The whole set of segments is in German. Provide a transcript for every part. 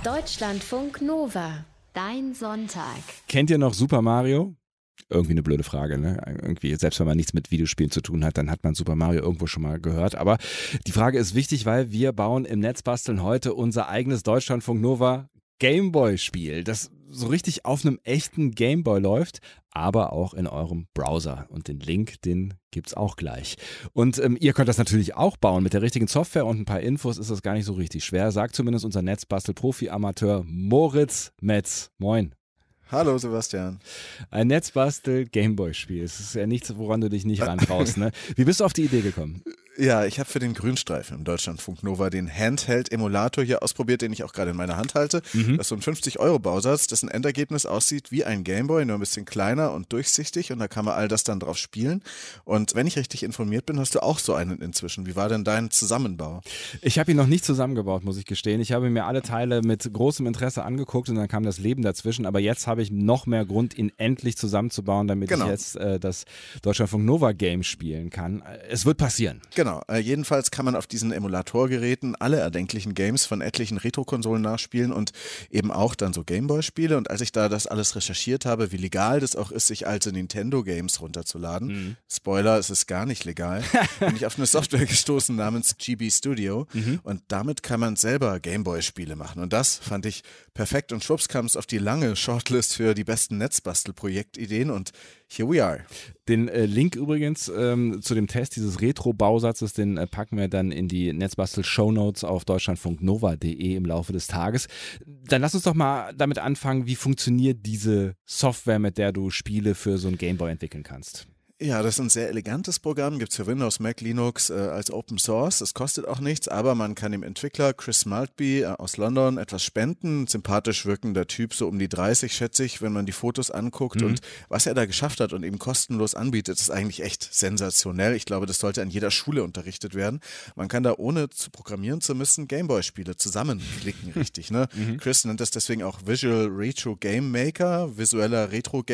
Deutschlandfunk Nova. Dein Sonntag. Kennt ihr noch Super Mario? Irgendwie eine blöde Frage, ne? Irgendwie, selbst wenn man nichts mit Videospielen zu tun hat, dann hat man Super Mario irgendwo schon mal gehört. Aber die Frage ist wichtig, weil wir bauen im Netzbasteln heute unser eigenes Deutschlandfunk Nova Gameboy-Spiel, das so richtig auf einem echten Gameboy läuft, aber auch in eurem Browser. Und den Link, den gibt's auch gleich. Und ihr könnt das natürlich auch bauen. Mit der richtigen Software und ein paar Infos ist das gar nicht so richtig schwer, sagt zumindest unser Netzbastel-Profi-Amateur Moritz Metz. Moin. Hallo Sebastian. Ein Netzbastel-Gameboy-Spiel. Es ist ja nichts, woran du dich nicht rantraust, ne? Wie bist du auf die Idee gekommen? Ja, ich habe für den Grünstreifen im Deutschlandfunk Nova den Handheld-Emulator hier ausprobiert, den ich auch gerade in meiner Hand halte. Das ist so ein 50-Euro-Bausatz, dessen Endergebnis aussieht wie ein Gameboy, nur ein bisschen kleiner und durchsichtig, und da kann man all das dann drauf spielen. Und wenn ich richtig informiert bin, hast du auch so einen inzwischen. Wie war denn dein Zusammenbau? Ich habe ihn noch nicht zusammengebaut, muss ich gestehen. Ich habe mir alle Teile mit großem Interesse angeguckt und dann kam das Leben dazwischen. Aber jetzt habe ich noch mehr Grund, ihn endlich zusammenzubauen, damit ich jetzt das Deutschlandfunk Nova Game spielen kann. Es wird passieren. Genau, jedenfalls kann man auf diesen Emulatorgeräten alle erdenklichen Games von etlichen Retro-Konsolen nachspielen und eben auch dann so Gameboy-Spiele. Und als ich da das alles recherchiert habe, wie legal das auch ist, sich alte Nintendo-Games runterzuladen, Spoiler, es ist gar nicht legal, bin ich auf eine Software gestoßen namens GB Studio, und damit kann man selber Gameboy-Spiele machen. Und das fand ich perfekt, und schwupps kam es auf die lange Shortlist für die besten Netzbastel-Projektideen, und here we are. Den Link übrigens zu dem Test dieses Retro-Bausatzes, den packen wir dann in die Netzbastel-Shownotes auf deutschlandfunknova.de im Laufe des Tages. Dann lass uns doch mal damit anfangen, wie funktioniert diese Software, mit der du Spiele für so ein Gameboy entwickeln kannst. Ja, das ist ein sehr elegantes Programm, gibt es für Windows, Mac, Linux als Open Source. Es kostet auch nichts, aber man kann dem Entwickler Chris Maltby aus London etwas spenden. Sympathisch wirkender Typ, so um die 30, schätze ich, wenn man die Fotos anguckt. Und was er da geschafft hat und eben kostenlos anbietet, ist eigentlich echt sensationell. Ich glaube, das sollte an jeder Schule unterrichtet werden. Man kann da, ohne zu programmieren zu müssen, Gameboy-Spiele zusammenklicken, richtig, ne? Chris nennt das deswegen auch Visual Retro Game Maker, visueller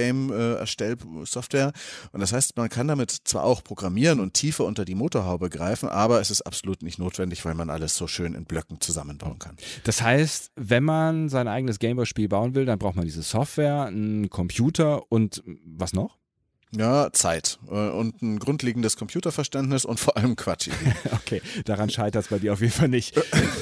Retro-Game-Erstellsoftware. Und das heißt, man kann damit zwar auch programmieren und tiefer unter die Motorhaube greifen, aber es ist absolut nicht notwendig, weil man alles so schön in Blöcken zusammenbauen kann. Das heißt, wenn man sein eigenes Gameboy-Spiel bauen will, dann braucht man diese Software, einen Computer und was noch? Ja, Zeit und ein grundlegendes Computerverständnis und vor allem Quatsch. Okay, daran scheitert es bei dir auf jeden Fall nicht.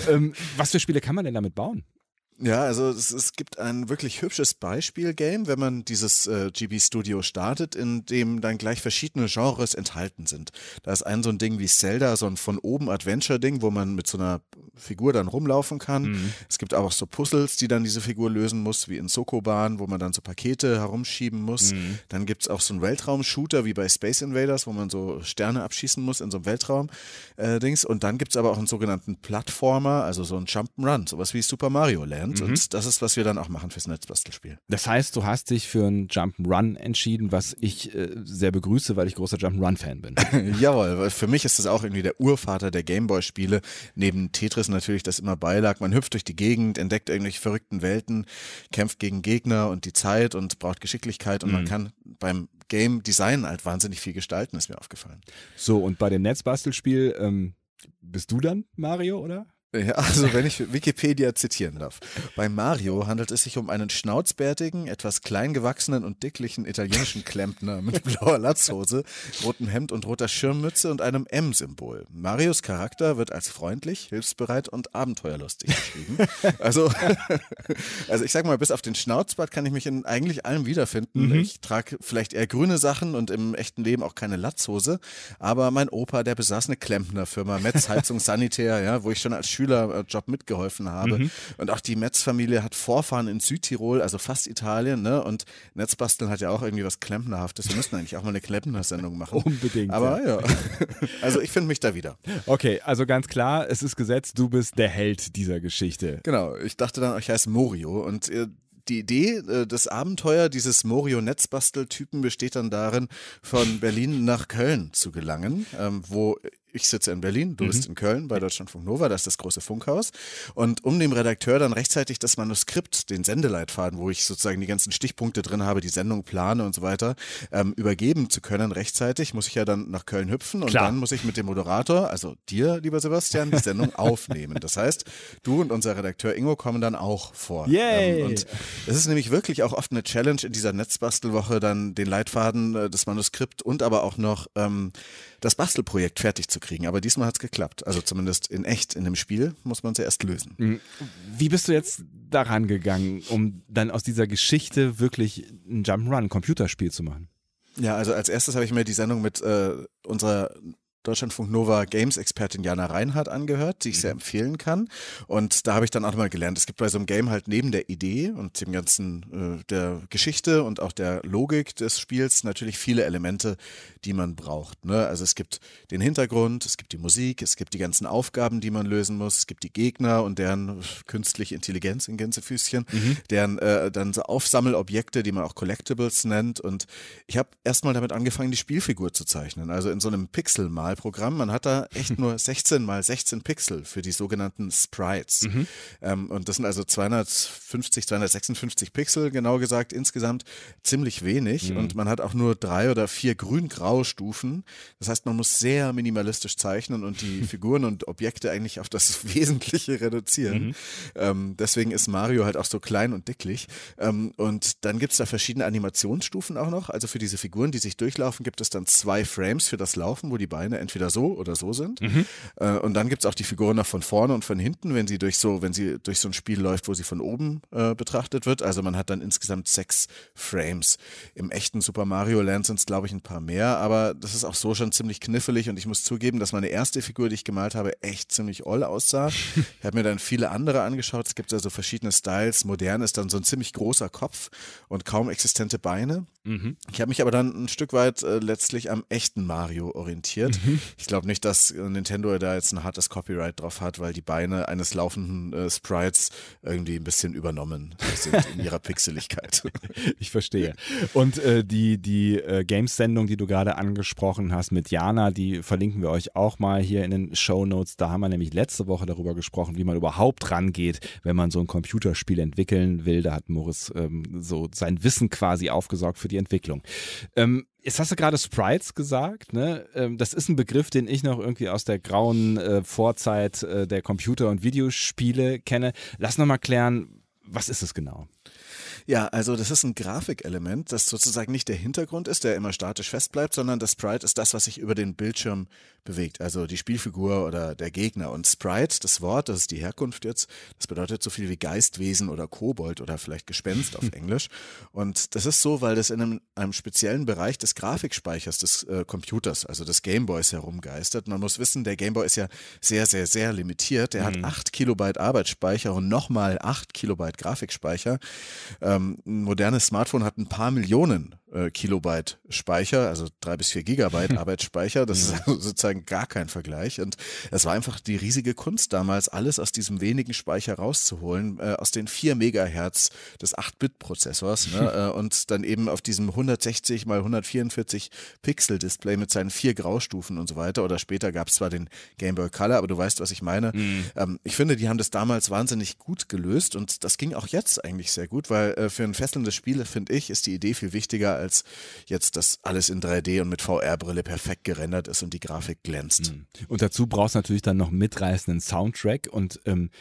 Was für Spiele kann man denn damit bauen? Ja, also es gibt ein wirklich hübsches Beispiel-Game, wenn man dieses GB Studio startet, in dem dann gleich verschiedene Genres enthalten sind. Da ist so ein Ding wie Zelda, so ein von oben Adventure-Ding, wo man mit so einer Figur dann rumlaufen kann. Es gibt auch so Puzzles, die dann diese Figur lösen muss, wie in Sokoban, wo man dann so Pakete herumschieben muss. Dann gibt es auch so einen Weltraum-Shooter wie bei Space Invaders, wo man so Sterne abschießen muss in so einem Weltraum-Dings. Und dann gibt es aber auch einen sogenannten Plattformer, also so ein Jump'n'Run, sowas wie Super Mario Land. Und das ist, was wir dann auch machen fürs Netzbastelspiel. Das heißt, du hast dich für ein Jump'n'Run entschieden, was ich sehr begrüße, weil ich großer Jump'n'Run-Fan bin. Jawohl, weil für mich ist das auch irgendwie der Urvater der Gameboy-Spiele. Neben Tetris natürlich, das immer beilag. Man hüpft durch die Gegend, entdeckt irgendwelche verrückten Welten, kämpft gegen Gegner und die Zeit und braucht Geschicklichkeit. Und man kann beim Game Design halt wahnsinnig viel gestalten, ist mir aufgefallen. So, und bei dem Netzbastelspiel bist du dann Mario, oder? Ja, also wenn ich Wikipedia zitieren darf. Bei Mario handelt es sich um einen schnauzbärtigen, etwas kleingewachsenen und dicklichen italienischen Klempner mit blauer Latzhose, rotem Hemd und roter Schirmmütze und einem M-Symbol. Marios Charakter wird als freundlich, hilfsbereit und abenteuerlustig beschrieben. Also ich sag mal, bis auf den Schnauzbart kann ich mich in eigentlich allem wiederfinden. Ich trage vielleicht eher grüne Sachen und im echten Leben auch keine Latzhose, aber mein Opa, der besaß eine Klempnerfirma, Metz Heizung Sanitär, ja, wo ich schon als Schülerjob mitgeholfen habe. Und auch die Metz-Familie hat Vorfahren in Südtirol, also fast Italien, ne? Und Netzbasteln hat ja auch irgendwie was Klempnerhaftes. Wir müssen eigentlich auch mal eine Klempner-Sendung machen. Unbedingt. Aber ja, also ich finde mich da wieder. Okay, also ganz klar, es ist Gesetz, du bist der Held dieser Geschichte. Genau, ich dachte dann, ich heiße Morio, und die Idee, das Abenteuer dieses Morio-Netzbastel-Typen besteht dann darin, von Berlin nach Köln zu gelangen, wo ich sitze in Berlin, du bist in Köln bei Deutschlandfunk Nova, das ist das große Funkhaus. Und um dem Redakteur dann rechtzeitig das Manuskript, den Sendeleitfaden, wo ich sozusagen die ganzen Stichpunkte drin habe, die Sendung plane und so weiter, übergeben zu können rechtzeitig, muss ich ja dann nach Köln hüpfen und dann muss ich mit dem Moderator, also dir, lieber Sebastian, die Sendung aufnehmen. Das heißt, du und unser Redakteur Ingo kommen dann auch vor. Yay! Und es ist nämlich wirklich auch oft eine Challenge in dieser Netzbastelwoche, dann den Leitfaden, das Manuskript und aber auch noch das Bastelprojekt fertig zu kriegen. Aber diesmal hat es geklappt. Also zumindest in echt, in dem Spiel muss man es ja erst lösen. Wie bist du jetzt daran gegangen, um dann aus dieser Geschichte wirklich ein Jump'n'Run, ein Computerspiel zu machen? Ja, also als erstes habe ich mir die Sendung mit unserer Deutschlandfunk Nova Games-Expertin Jana Reinhardt angehört, die ich sehr empfehlen kann. Und da habe ich dann auch mal gelernt, es gibt bei so einem Game halt neben der Idee und dem ganzen der Geschichte und auch der Logik des Spiels natürlich viele Elemente, die man braucht. Ne? Also es gibt den Hintergrund, es gibt die Musik, es gibt die ganzen Aufgaben, die man lösen muss, es gibt die Gegner und deren künstliche Intelligenz in Gänsefüßchen, deren dann so Aufsammelobjekte, die man auch Collectibles nennt. Und ich habe erstmal damit angefangen, die Spielfigur zu zeichnen. Also in so einem Pixelmal Programm. Man hat da echt nur 16 mal 16 Pixel für die sogenannten Sprites. Und das sind also 250, 256 Pixel, genau gesagt, insgesamt ziemlich wenig. Und man hat auch nur 3 oder 4 Grün-Grau-Stufen. Das heißt, man muss sehr minimalistisch zeichnen und die Figuren und Objekte eigentlich auf das Wesentliche reduzieren. Deswegen ist Mario halt auch so klein und dicklich. Und dann gibt es da verschiedene Animationsstufen auch noch. Also für diese Figuren, die sich durchlaufen, gibt es dann 2 Frames für das Laufen, wo die Beine entweder so oder so sind. Und dann gibt es auch die Figuren noch von vorne und von hinten, wenn sie durch so ein Spiel läuft, wo sie von oben betrachtet wird. Also man hat dann insgesamt 6 Frames. Im echten Super Mario Land sind es, glaube ich, ein paar mehr, aber das ist auch so schon ziemlich knifflig und ich muss zugeben, dass meine erste Figur, die ich gemalt habe, echt ziemlich oll aussah. Ich habe mir dann viele andere angeschaut. Es gibt also verschiedene Styles. Modern ist dann so ein ziemlich großer Kopf und kaum existente Beine. Ich habe mich aber dann ein Stück weit letztlich am echten Mario orientiert. Ich glaube nicht, dass Nintendo da jetzt ein hartes Copyright drauf hat, weil die Beine eines laufenden Sprites irgendwie ein bisschen übernommen sind in ihrer Pixeligkeit. Ich verstehe. Und die Games-Sendung, die du gerade angesprochen hast mit Jana, die verlinken wir euch auch mal hier in den Shownotes. Da haben wir nämlich letzte Woche darüber gesprochen, wie man überhaupt rangeht, wenn man so ein Computerspiel entwickeln will. Da hat Moritz so sein Wissen quasi aufgesorgt für die Entwicklung. Jetzt hast du gerade Sprites gesagt, ne? Das ist ein Begriff, den ich noch irgendwie aus der grauen Vorzeit der Computer- und Videospiele kenne. Lass noch mal klären, was ist es genau? Ja, also das ist ein Grafikelement, das sozusagen nicht der Hintergrund ist, der immer statisch festbleibt, sondern das Sprite ist das, was sich über den Bildschirm bewegt, also die Spielfigur oder der Gegner. Und Sprite, das Wort, das ist die Herkunft jetzt, das bedeutet so viel wie Geistwesen oder Kobold oder vielleicht Gespenst auf Englisch. Und das ist so, weil das in einem speziellen Bereich des Grafikspeichers des Computers, also des Gameboys herumgeistert. Man muss wissen, der Gameboy ist ja sehr, sehr, sehr limitiert. Der hat 8 Kilobyte Arbeitsspeicher und nochmal 8 Kilobyte Grafikspeicher. Ein modernes Smartphone hat ein paar Millionen Kilobyte Speicher, also 3 bis 4 Gigabyte Arbeitsspeicher. Das ist also sozusagen gar kein Vergleich. Und es war einfach die riesige Kunst damals, alles aus diesem wenigen Speicher rauszuholen, aus den 4 Megahertz des 8-Bit-Prozessors, ne? Und dann eben auf diesem 160 mal 144 Pixel-Display mit seinen 4 Graustufen und so weiter. Oder später gab es zwar den Game Boy Color, aber du weißt, was ich meine. Ich finde, die haben das damals wahnsinnig gut gelöst und das ging auch jetzt eigentlich sehr gut, weil für ein fesselndes Spiel, finde ich, ist die Idee viel wichtiger als jetzt, dass alles in 3D und mit VR-Brille perfekt gerendert ist und die Grafik glänzt. Und dazu brauchst du natürlich dann noch einen mitreißenden Soundtrack und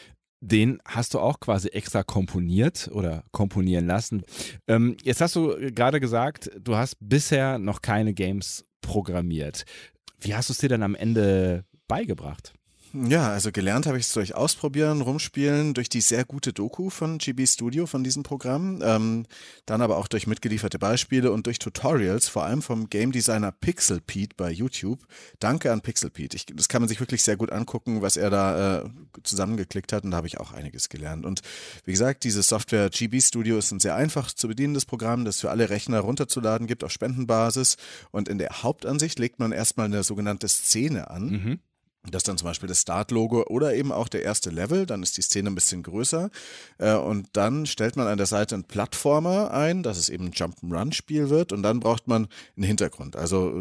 den hast du auch quasi extra komponiert oder komponieren lassen. Jetzt hast du gerade gesagt, du hast bisher noch keine Games programmiert. Wie hast du es dir dann am Ende beigebracht? Ja, also gelernt habe ich es durch Ausprobieren, Rumspielen, durch die sehr gute Doku von GB Studio, von diesem Programm, dann aber auch durch mitgelieferte Beispiele und durch Tutorials, vor allem vom Game Designer Pixel Pete bei YouTube. Danke an Pixel Pete. Das kann man sich wirklich sehr gut angucken, was er da zusammengeklickt hat und da habe ich auch einiges gelernt. Und wie gesagt, diese Software GB Studio ist ein sehr einfach zu bedienendes Programm, das für alle Rechner runterzuladen gibt auf Spendenbasis und in der Hauptansicht legt man erstmal eine sogenannte Szene an. Das ist dann zum Beispiel das Start-Logo oder eben auch der erste Level, dann ist die Szene ein bisschen größer und dann stellt man an der Seite einen Plattformer ein, dass es eben ein Jump'n'Run-Spiel wird und dann braucht man einen Hintergrund, also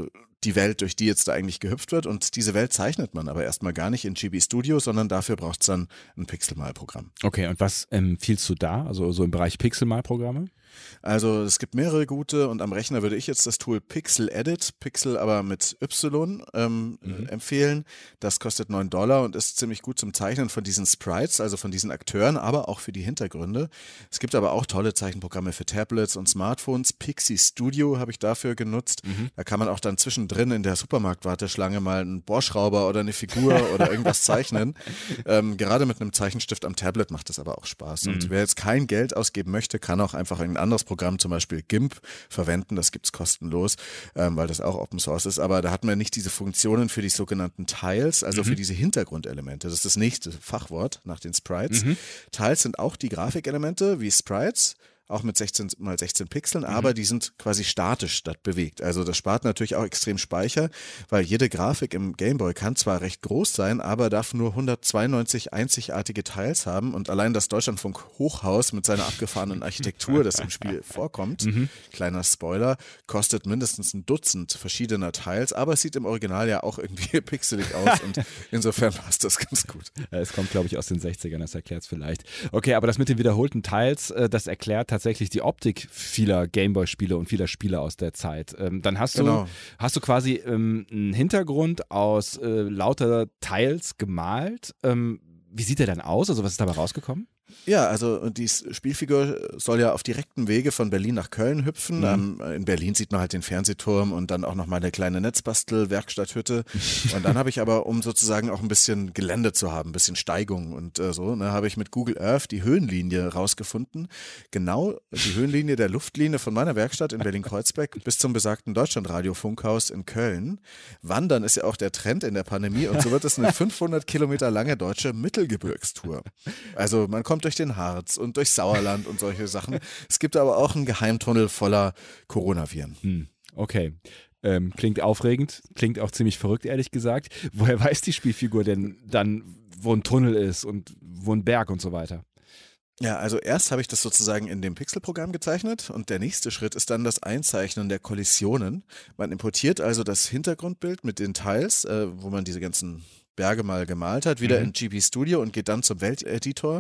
die Welt, durch die jetzt da eigentlich gehüpft wird. Und diese Welt zeichnet man aber erstmal gar nicht in GB Studio, sondern dafür braucht es dann ein Pixelmal-Programm. Okay, und was empfiehlst du da, also so im Bereich Pixelmal-Programme? Also es gibt mehrere gute und am Rechner würde ich jetzt das Tool Pixel Edit, Pixel aber mit Y, empfehlen. Das kostet $9 und ist ziemlich gut zum Zeichnen von diesen Sprites, also von diesen Akteuren, aber auch für die Hintergründe. Es gibt aber auch tolle Zeichenprogramme für Tablets und Smartphones. Pixie Studio habe ich dafür genutzt. Da kann man auch dann zwischendrin in der Supermarktwarteschlange mal einen Bohrschrauber oder eine Figur oder irgendwas zeichnen. Gerade mit einem Zeichenstift am Tablet macht das aber auch Spaß. Und wer jetzt kein Geld ausgeben möchte, kann auch einfach ein anderes Programm, zum Beispiel GIMP, verwenden. Das gibt es kostenlos, weil das auch Open Source ist. Aber da hat man nicht diese Funktionen für die sogenannten Tiles, also für diese Hintergrundelemente. Das ist das nächste Fachwort nach den Sprites. Tiles sind auch die Grafikelemente wie Sprites, auch mit 16x16 Pixeln, aber die sind quasi statisch statt bewegt. Also das spart natürlich auch extrem Speicher, weil jede Grafik im Gameboy kann zwar recht groß sein, aber darf nur 192 einzigartige Tiles haben und allein das Deutschlandfunk Hochhaus mit seiner abgefahrenen Architektur, das im Spiel vorkommt, kleiner Spoiler, kostet mindestens ein Dutzend verschiedener Tiles, aber es sieht im Original ja auch irgendwie pixelig aus und insofern passt das ganz gut. Es kommt, glaube ich, aus den 60ern, das erklärt es vielleicht. Okay, aber das mit den wiederholten Tiles, das erklärt tatsächlich die Optik vieler Gameboy-Spiele und vieler Spiele aus der Zeit. Dann hast du quasi einen Hintergrund aus lauter Tiles gemalt. Wie sieht der dann aus? Also was ist dabei rausgekommen? Ja, also die Spielfigur soll ja auf direktem Wege von Berlin nach Köln hüpfen. In Berlin sieht man halt den Fernsehturm und dann auch nochmal eine kleine Netzbastel-Werkstatthütte. Und dann habe ich aber, um sozusagen auch ein bisschen Gelände zu haben, ein bisschen Steigung und habe ich mit Google Earth die Höhenlinie rausgefunden. Genau die Höhenlinie der Luftlinie von meiner Werkstatt in Berlin-Kreuzberg bis zum besagten Deutschlandradio-Funkhaus in Köln. Wandern ist ja auch der Trend in der Pandemie und so wird es eine 500 Kilometer lange deutsche Mittelgebirgstour. Also man kommt durch den Harz und durch Sauerland und solche Sachen. Es gibt aber auch einen Geheimtunnel voller Coronaviren. Okay. Klingt aufregend, klingt auch ziemlich verrückt, ehrlich gesagt. Woher weiß die Spielfigur denn dann, wo ein Tunnel ist und wo ein Berg und so weiter? Ja, also erst habe ich das sozusagen in dem Pixelprogramm gezeichnet und der nächste Schritt ist dann das Einzeichnen der Kollisionen. Man importiert also das Hintergrundbild mit den Tiles, wo man diese ganzen Berge mal gemalt hat, wieder in GB Studio und geht dann zum Welteditor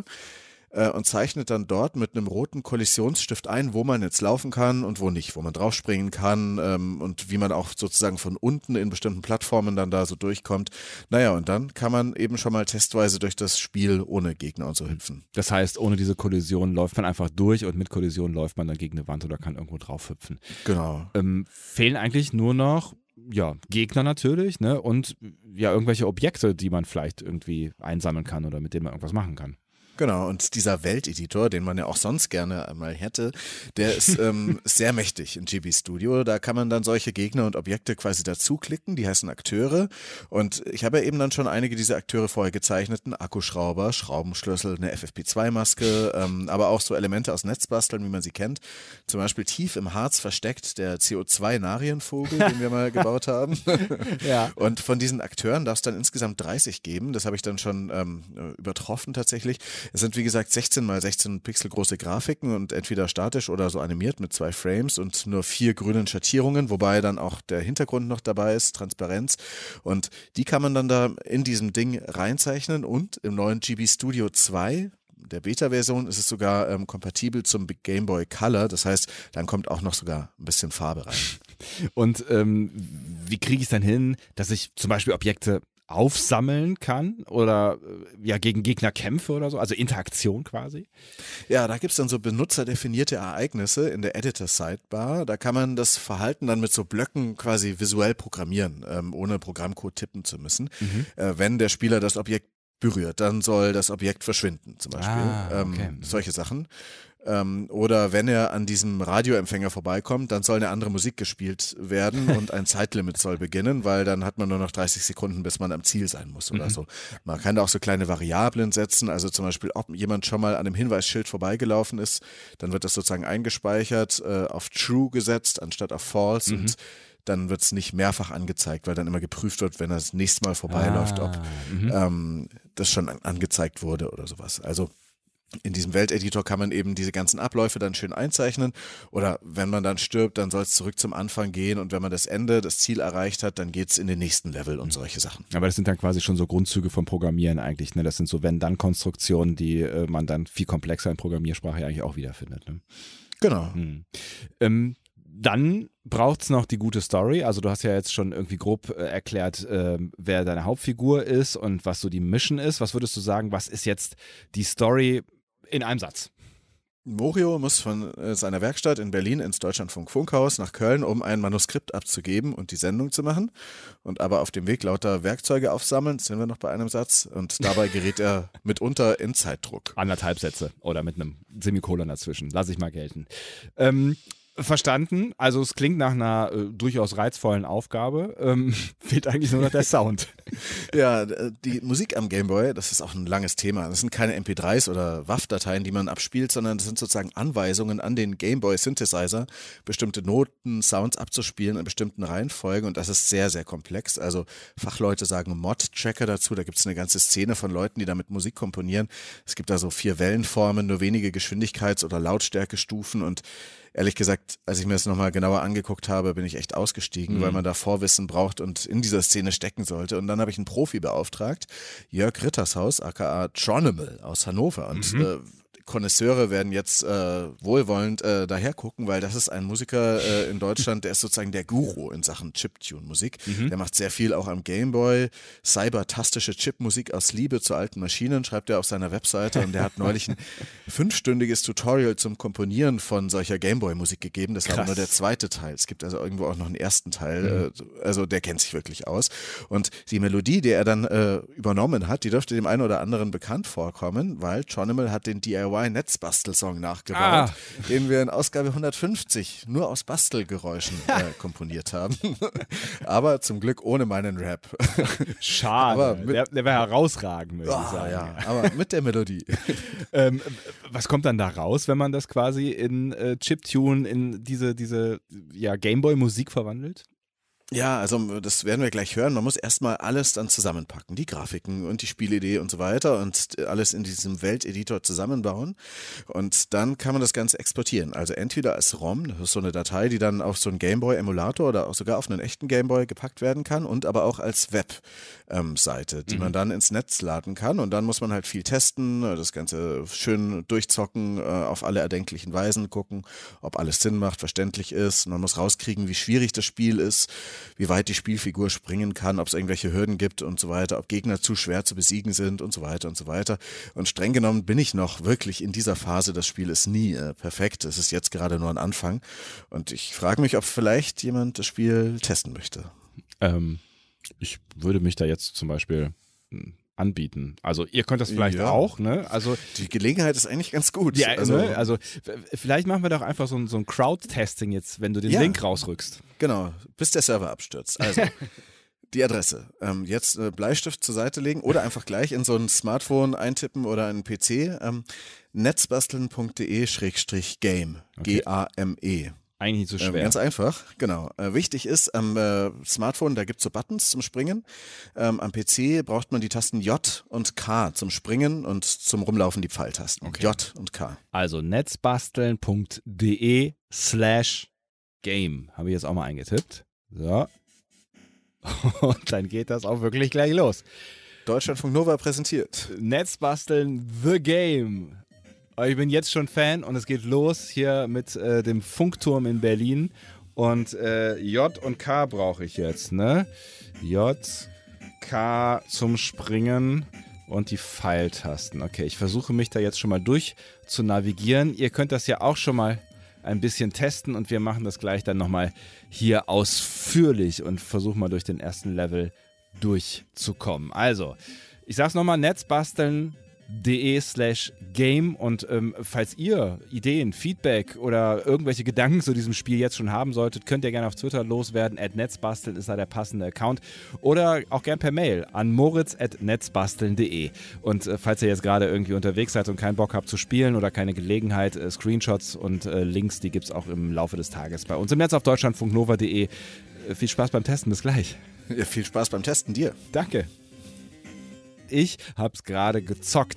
und zeichnet dann dort mit einem roten Kollisionsstift ein, wo man jetzt laufen kann und wo nicht, wo man draufspringen kann und wie man auch sozusagen von unten in bestimmten Plattformen dann da so durchkommt. Naja, und dann kann man eben schon mal testweise durch das Spiel ohne Gegner und so hüpfen. Das heißt, ohne diese Kollision läuft man einfach durch und mit Kollision läuft man dann gegen eine Wand oder kann irgendwo drauf hüpfen. Genau. Fehlen eigentlich nur noch Gegner natürlich, ne? Und irgendwelche Objekte, die man vielleicht irgendwie einsammeln kann oder mit denen man irgendwas machen kann. Genau, und dieser Welteditor, den man ja auch sonst gerne einmal hätte, der ist sehr mächtig in GB Studio. Da kann man dann solche Gegner und Objekte quasi dazuklicken, die heißen Akteure. Und ich habe ja eben dann schon einige dieser Akteure vorher gezeichnet, einen Akkuschrauber, Schraubenschlüssel, eine FFP2-Maske, aber auch so Elemente aus Netzbasteln, wie man sie kennt. Zum Beispiel tief im Harz versteckt der CO2-Narienvogel, den wir mal gebaut haben. Ja. Und von diesen Akteuren darf es dann insgesamt 30 geben. Das habe ich dann schon übertroffen tatsächlich. Es sind wie gesagt 16x16 Pixel große Grafiken und entweder statisch oder so animiert mit 2 Frames und nur 4 grünen Schattierungen, wobei dann auch der Hintergrund noch dabei ist, Transparenz. Und die kann man dann da in diesem Ding reinzeichnen und im neuen GB Studio 2, der Beta-Version, ist es sogar kompatibel zum Game Boy Color. Das heißt, dann kommt auch noch sogar ein bisschen Farbe rein. Und wie kriege ich es dann hin, dass ich zum Beispiel Objekte aufsammeln kann oder gegen Gegner kämpfe oder so, also Interaktion quasi? Ja, da gibt es dann so benutzerdefinierte Ereignisse in der Editor-Sidebar. Da kann man das Verhalten dann mit so Blöcken quasi visuell programmieren, ohne Programmcode tippen zu müssen. Wenn der Spieler das Objekt berührt, dann soll das Objekt verschwinden zum Beispiel. Okay. Solche Sachen. Oder wenn er an diesem Radioempfänger vorbeikommt, dann soll eine andere Musik gespielt werden und ein Zeitlimit soll beginnen, weil dann hat man nur noch 30 Sekunden, bis man am Ziel sein muss oder so. Man kann da auch so kleine Variablen setzen, also zum Beispiel, ob jemand schon mal an einem Hinweisschild vorbeigelaufen ist, dann wird das sozusagen eingespeichert, auf True gesetzt, anstatt auf False und dann wird es nicht mehrfach angezeigt, weil dann immer geprüft wird, wenn er das nächste Mal vorbeiläuft, ob das schon angezeigt wurde oder sowas. Also In diesem Welteditor kann man eben diese ganzen Abläufe dann schön einzeichnen oder wenn man dann stirbt, dann soll es zurück zum Anfang gehen und wenn man das Ziel erreicht hat, dann geht es in den nächsten Level und solche Sachen. Aber das sind dann quasi schon so Grundzüge vom Programmieren eigentlich, ne? Das sind so Wenn-Dann-Konstruktionen, die man dann viel komplexer in Programmiersprache eigentlich auch wiederfindet. Ne? Genau. Dann braucht es noch die gute Story. Also du hast ja jetzt schon irgendwie grob erklärt, wer deine Hauptfigur ist und was so die Mission ist. Was würdest du sagen, was ist jetzt die Story in einem Satz? Morio muss von seiner Werkstatt in Berlin ins Deutschlandfunk-Funkhaus nach Köln, um ein Manuskript abzugeben und die Sendung zu machen. Und aber auf dem Weg lauter Werkzeuge aufsammeln, sind wir noch bei einem Satz. Und dabei gerät er mitunter in Zeitdruck. 1,5 Sätze oder mit einem Semikolon dazwischen. Lass ich mal gelten. Verstanden. Also es klingt nach einer durchaus reizvollen Aufgabe. Fehlt eigentlich nur noch der Sound. Ja, die Musik am Gameboy, das ist auch ein langes Thema. Das sind keine MP3s oder WAV-Dateien, die man abspielt, sondern das sind sozusagen Anweisungen an den Gameboy-Synthesizer, bestimmte Noten, Sounds abzuspielen in bestimmten Reihenfolgen und das ist sehr, sehr komplex. Also Fachleute sagen Mod-Tracker dazu, da gibt es eine ganze Szene von Leuten, die damit Musik komponieren. Es gibt da so 4 Wellenformen, nur wenige Geschwindigkeits- oder Lautstärkestufen und ehrlich gesagt, als ich mir das nochmal genauer angeguckt habe, bin ich echt ausgestiegen, weil man da Vorwissen braucht und in dieser Szene stecken sollte. Und dann habe ich einen Profi beauftragt, Jörg Rittershaus, aka Tronimal aus Hannover. Und Konnoisseure werden jetzt wohlwollend daher gucken, weil das ist ein Musiker in Deutschland, der ist sozusagen der Guru in Sachen Chiptune-Musik. Der macht sehr viel auch am Gameboy, cybertastische Chipmusik aus Liebe zu alten Maschinen, schreibt er auf seiner Webseite und der hat neulich ein 5-stündiges Tutorial zum Komponieren von solcher Gameboy-Musik gegeben. Das war aber nur der zweite Teil. Es gibt also irgendwo auch noch einen ersten Teil, also der kennt sich wirklich aus. Und die Melodie, die er dann übernommen hat, die dürfte dem einen oder anderen bekannt vorkommen, weil Tronimal hat den DIY-Netzbastel-Song nachgebaut, den wir in Ausgabe 150 nur aus Bastelgeräuschen komponiert haben. Aber zum Glück ohne meinen Rap. Schade, aber der wäre herausragend, würde ich sagen. Ja, aber mit der Melodie. Was kommt dann da raus, wenn man das quasi in Chiptune, in diese Gameboy-Musik verwandelt? Ja, also das werden wir gleich hören. Man muss erstmal alles dann zusammenpacken, die Grafiken und die Spielidee und so weiter und alles in diesem Welteditor zusammenbauen und dann kann man das Ganze exportieren. Also entweder als ROM, das ist so eine Datei, die dann auf so einen Gameboy-Emulator oder auch sogar auf einen echten Gameboy gepackt werden kann und aber auch als Webseite, die man dann ins Netz laden kann und dann muss man halt viel testen, das Ganze schön durchzocken, auf alle erdenklichen Weisen gucken, ob alles Sinn macht, verständlich ist. Man muss rauskriegen, wie schwierig das Spiel ist, wie weit die Spielfigur springen kann, ob es irgendwelche Hürden gibt und so weiter, ob Gegner zu schwer zu besiegen sind und so weiter und so weiter. Und streng genommen bin ich noch wirklich in dieser Phase, das Spiel ist nie perfekt, es ist jetzt gerade nur ein Anfang und ich frage mich, ob vielleicht jemand das Spiel testen möchte. Ich würde mich da jetzt zum Beispiel anbieten. Also ihr könnt das vielleicht auch, ne? Also die Gelegenheit ist eigentlich ganz gut. Ja, also vielleicht machen wir doch einfach so ein Crowd-Testing jetzt, wenn du den Link rausrückst. Genau, bis der Server abstürzt. Also die Adresse. Jetzt Bleistift zur Seite legen oder einfach gleich in so ein Smartphone eintippen oder einen PC. Netzbasteln.de/game. G-A-M-E. Eigentlich nicht so schwer. Ganz einfach, genau. Wichtig ist, am Smartphone, da gibt es so Buttons zum Springen. Am PC braucht man die Tasten J und K zum Springen und zum Rumlaufen die Pfeiltasten. Okay. J und K. Also netzbasteln.de/game. Habe ich jetzt auch mal eingetippt. So. Und dann geht das auch wirklich gleich los. Deutschlandfunk Nova präsentiert. Netzbasteln The Game. Ich bin jetzt schon Fan und es geht los hier mit dem Funkturm in Berlin und J und K brauche ich jetzt, ne? J, K zum Springen und die Pfeiltasten. Okay, ich versuche mich da jetzt schon mal durch zu navigieren. Ihr könnt das ja auch schon mal ein bisschen testen und wir machen das gleich dann nochmal hier ausführlich und versuchen mal durch den ersten Level durchzukommen. Also, ich sag's nochmal, netzbasteln.de/game und falls ihr Ideen, Feedback oder irgendwelche Gedanken zu diesem Spiel jetzt schon haben solltet, könnt ihr gerne auf Twitter loswerden, @netzbasteln ist da der passende Account oder auch gerne per Mail an moritz@netzbasteln.de und falls ihr jetzt gerade irgendwie unterwegs seid und keinen Bock habt zu spielen oder keine Gelegenheit, Screenshots und Links, die gibt's auch im Laufe des Tages bei uns im Netz auf deutschlandfunknova.de. Viel Spaß beim Testen, bis gleich. Ja, viel Spaß beim Testen dir. Danke. Ich hab's gerade gezockt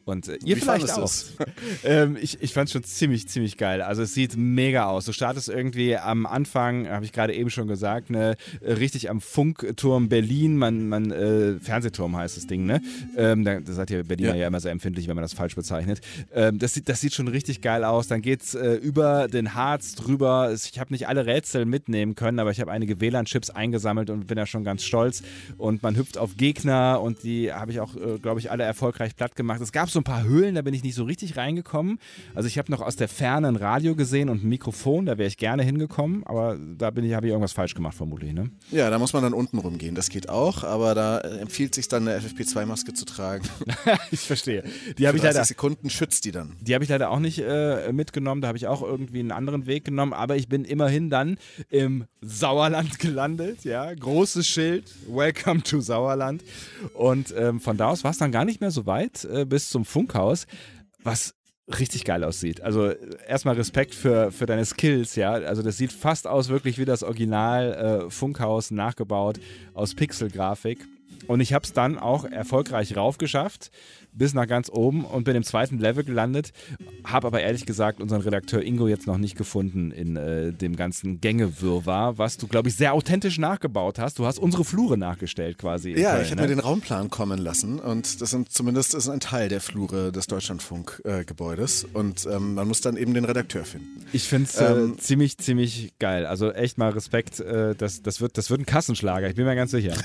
Und ihr Wie vielleicht fandest auch. Ich fand es schon ziemlich geil. Also es sieht mega aus. Du startest irgendwie am Anfang, habe ich gerade eben schon gesagt, ne, richtig am Funkturm Berlin, Fernsehturm heißt das Ding, ne? Da seid ihr Berliner ja immer sehr empfindlich, wenn man das falsch bezeichnet. Das sieht schon richtig geil aus. Dann geht's über den Harz drüber. Ich habe nicht alle Rätsel mitnehmen können, aber ich habe einige WLAN-Chips eingesammelt und bin da schon ganz stolz. Und man hüpft auf Gegner und die habe ich auch, glaube ich, alle erfolgreich platt gemacht. Es gab so ein paar Höhlen, da bin ich nicht so richtig reingekommen. Also ich habe noch aus der Ferne ein Radio gesehen und ein Mikrofon, da wäre ich gerne hingekommen, aber da habe ich irgendwas falsch gemacht vermutlich, ne? Ja, da muss man dann unten rumgehen, das geht auch, aber da empfiehlt sich dann eine FFP2-Maske zu tragen. Ich verstehe. Die habe ich 30 leider Sekunden schützt die dann. Die habe ich leider auch nicht mitgenommen, da habe ich auch irgendwie einen anderen Weg genommen, aber ich bin immerhin dann im Sauerland gelandet, ja, großes Schild, Welcome to Sauerland und von da aus war es dann gar nicht mehr so weit bis zum Funkhaus, was richtig geil aussieht. Also erstmal Respekt für deine Skills, ja, also das sieht fast aus wirklich wie das Original Funkhaus nachgebaut aus Pixelgrafik. Und ich habe es dann auch erfolgreich raufgeschafft, bis nach ganz oben und bin im zweiten Level gelandet, habe aber ehrlich gesagt unseren Redakteur Ingo jetzt noch nicht gefunden in dem ganzen Gängewirrwarr, was du, glaube ich, sehr authentisch nachgebaut hast. Du hast unsere Flure nachgestellt quasi. Ja, Köln, ich habe mir den Raumplan kommen lassen und das ist ein Teil der Flure des Deutschlandfunk-Gebäudes und man muss dann eben den Redakteur finden. Ich finde es ziemlich geil. Also echt mal Respekt, das wird ein Kassenschlager, ich bin mir ganz sicher.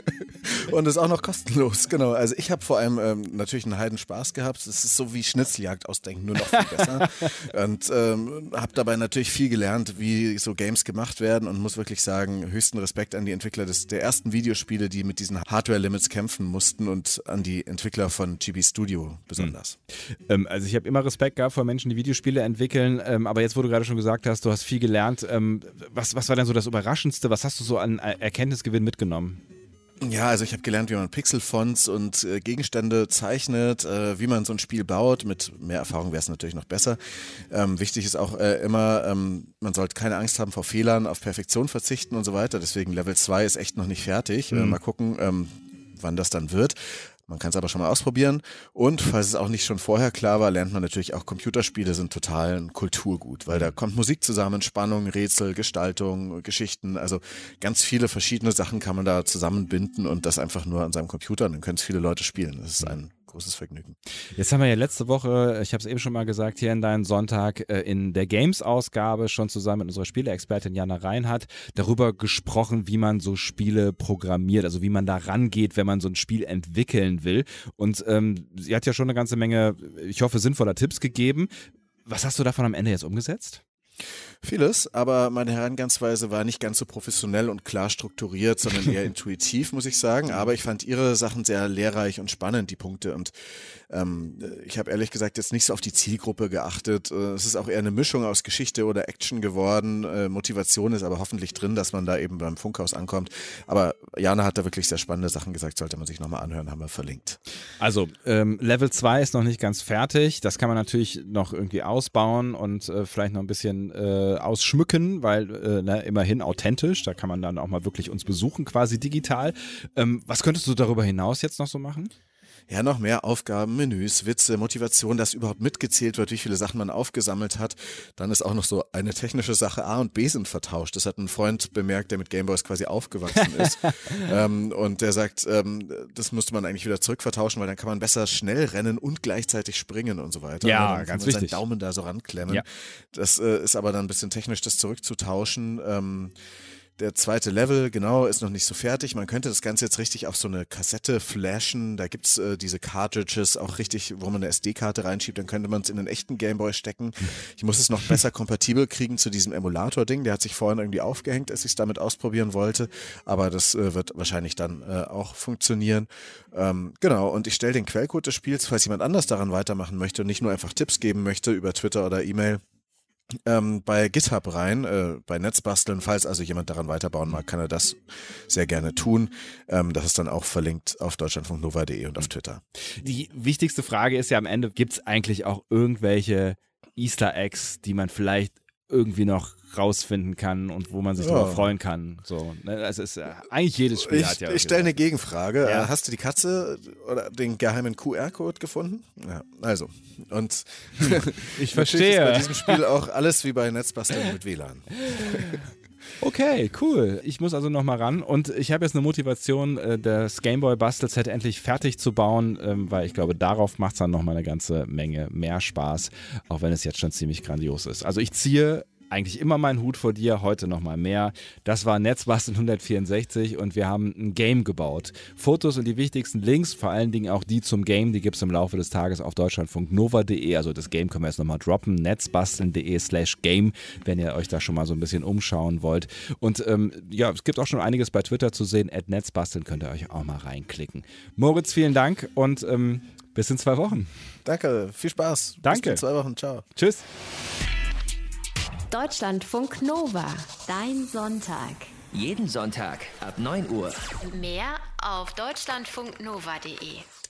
Und ist auch noch kostenlos, genau. Also ich habe vor allem natürlich einen Heidenspaß gehabt. Es ist so wie Schnitzeljagd ausdenken, nur noch viel besser. Und habe dabei natürlich viel gelernt, wie so Games gemacht werden und muss wirklich sagen, höchsten Respekt an die Entwickler der ersten Videospiele, die mit diesen Hardware-Limits kämpfen mussten und an die Entwickler von GB Studio besonders. Also ich habe immer Respekt gehabt vor Menschen, die Videospiele entwickeln, aber jetzt, wo du gerade schon gesagt hast, du hast viel gelernt. Was war denn so das Überraschendste? Was hast du so an Erkenntnisgewinn mitgenommen? Ja, also ich habe gelernt, wie man Pixelfonts und Gegenstände zeichnet, wie man so ein Spiel baut. Mit mehr Erfahrung wäre es natürlich noch besser. Wichtig ist auch immer, man sollte keine Angst haben vor Fehlern, auf Perfektion verzichten und so weiter. Deswegen Level 2 ist echt noch nicht fertig. Mal gucken, wann das dann wird. Man kann es aber schon mal ausprobieren und falls es auch nicht schon vorher klar war, lernt man natürlich auch, Computerspiele sind total ein Kulturgut, weil da kommt Musik zusammen, Spannung, Rätsel, Gestaltung, Geschichten, also ganz viele verschiedene Sachen kann man da zusammenbinden und das einfach nur an seinem Computer und dann können es viele Leute spielen. Das ist ein großes Vergnügen. Jetzt haben wir ja letzte Woche, ich habe es eben schon mal gesagt, hier in deinem Sonntag in der Games-Ausgabe schon zusammen mit unserer Spieleexpertin Jana Reinhardt darüber gesprochen, wie man so Spiele programmiert, also wie man da rangeht, wenn man so ein Spiel entwickeln will. Und sie hat ja schon eine ganze Menge, ich hoffe, sinnvoller Tipps gegeben. Was hast du davon am Ende jetzt umgesetzt? Vieles, aber meine Herangehensweise war nicht ganz so professionell und klar strukturiert, sondern eher intuitiv, muss ich sagen. Aber ich fand ihre Sachen sehr lehrreich und spannend, die Punkte. Und ich habe ehrlich gesagt jetzt nicht so auf die Zielgruppe geachtet. Es ist auch eher eine Mischung aus Geschichte oder Action geworden. Motivation ist aber hoffentlich drin, dass man da eben beim Funkhaus ankommt. Aber Jana hat da wirklich sehr spannende Sachen gesagt, sollte man sich nochmal anhören, haben wir verlinkt. Also Level 2 ist noch nicht ganz fertig. Das kann man natürlich noch irgendwie ausbauen und vielleicht noch ein bisschen ausschmücken, weil immerhin authentisch, da kann man dann auch mal wirklich uns besuchen, quasi digital. Was könntest du darüber hinaus jetzt noch so machen? Ja, noch mehr Aufgaben, Menüs, Witze, Motivation, dass überhaupt mitgezählt wird, wie viele Sachen man aufgesammelt hat. Dann ist auch noch so eine technische Sache, A und B sind vertauscht. Das hat ein Freund bemerkt, der mit Gameboys quasi aufgewachsen ist. Und der sagt, das müsste man eigentlich wieder zurückvertauschen, weil dann kann man besser schnell rennen und gleichzeitig springen und so weiter. Ja, dann ganz kann man wichtig. seinen Daumen da so ranklemmen. Ja. Das ist aber dann ein bisschen technisch, das zurückzutauschen. Der zweite Level, genau, ist noch nicht so fertig. Man könnte das Ganze jetzt richtig auf so eine Kassette flashen. Da gibt's diese Cartridges auch richtig, wo man eine SD-Karte reinschiebt. Dann könnte man es in einen echten Gameboy stecken. Ich muss es noch besser kompatibel kriegen zu diesem Emulator-Ding. Der hat sich vorhin irgendwie aufgehängt, als ich es damit ausprobieren wollte. Aber das wird wahrscheinlich dann auch funktionieren. Genau, und ich stelle den Quellcode des Spiels, falls jemand anders daran weitermachen möchte und nicht nur einfach Tipps geben möchte über Twitter oder E-Mail, bei GitHub rein, bei Netzbasteln. Falls also jemand daran weiterbauen mag, kann er das sehr gerne tun. Das ist dann auch verlinkt auf deutschlandfunknova.de und auf Twitter. Die wichtigste Frage ist ja am Ende, gibt es eigentlich auch irgendwelche Easter Eggs, die man vielleicht irgendwie noch rausfinden kann und wo man sich darüber freuen kann. So, ne? Also es ist eigentlich jedes Spiel hat ja. Ich stelle eine Gegenfrage. Ja. Hast du die Katze oder den geheimen QR-Code gefunden? Ja, also. Und ich verstehe. Ist bei diesem Spiel auch alles wie bei Netzbasteln mit WLAN. Okay, cool. Ich muss also nochmal ran und ich habe jetzt eine Motivation, das Gameboy-Bastelset endlich fertig zu bauen, weil ich glaube, darauf macht es dann nochmal eine ganze Menge mehr Spaß, auch wenn es jetzt schon ziemlich grandios ist. Also ich ziehe eigentlich immer meinen Hut vor dir, heute nochmal mehr. Das war Netzbasteln 164 und wir haben ein Game gebaut. Fotos und die wichtigsten Links, vor allen Dingen auch die zum Game, die gibt es im Laufe des Tages auf deutschlandfunknova.de. Also das Game können wir jetzt nochmal droppen, netzbasteln.de/game, wenn ihr euch da schon mal so ein bisschen umschauen wollt. Und ja, es gibt auch schon einiges bei Twitter zu sehen. @netzbasteln könnt ihr euch auch mal reinklicken. Moritz, vielen Dank und bis in 2 Wochen. Danke, viel Spaß. Danke. Bis in 2 Wochen, ciao. Tschüss. Deutschlandfunk Nova, dein Sonntag. Jeden Sonntag ab 9 Uhr. Mehr auf deutschlandfunknova.de.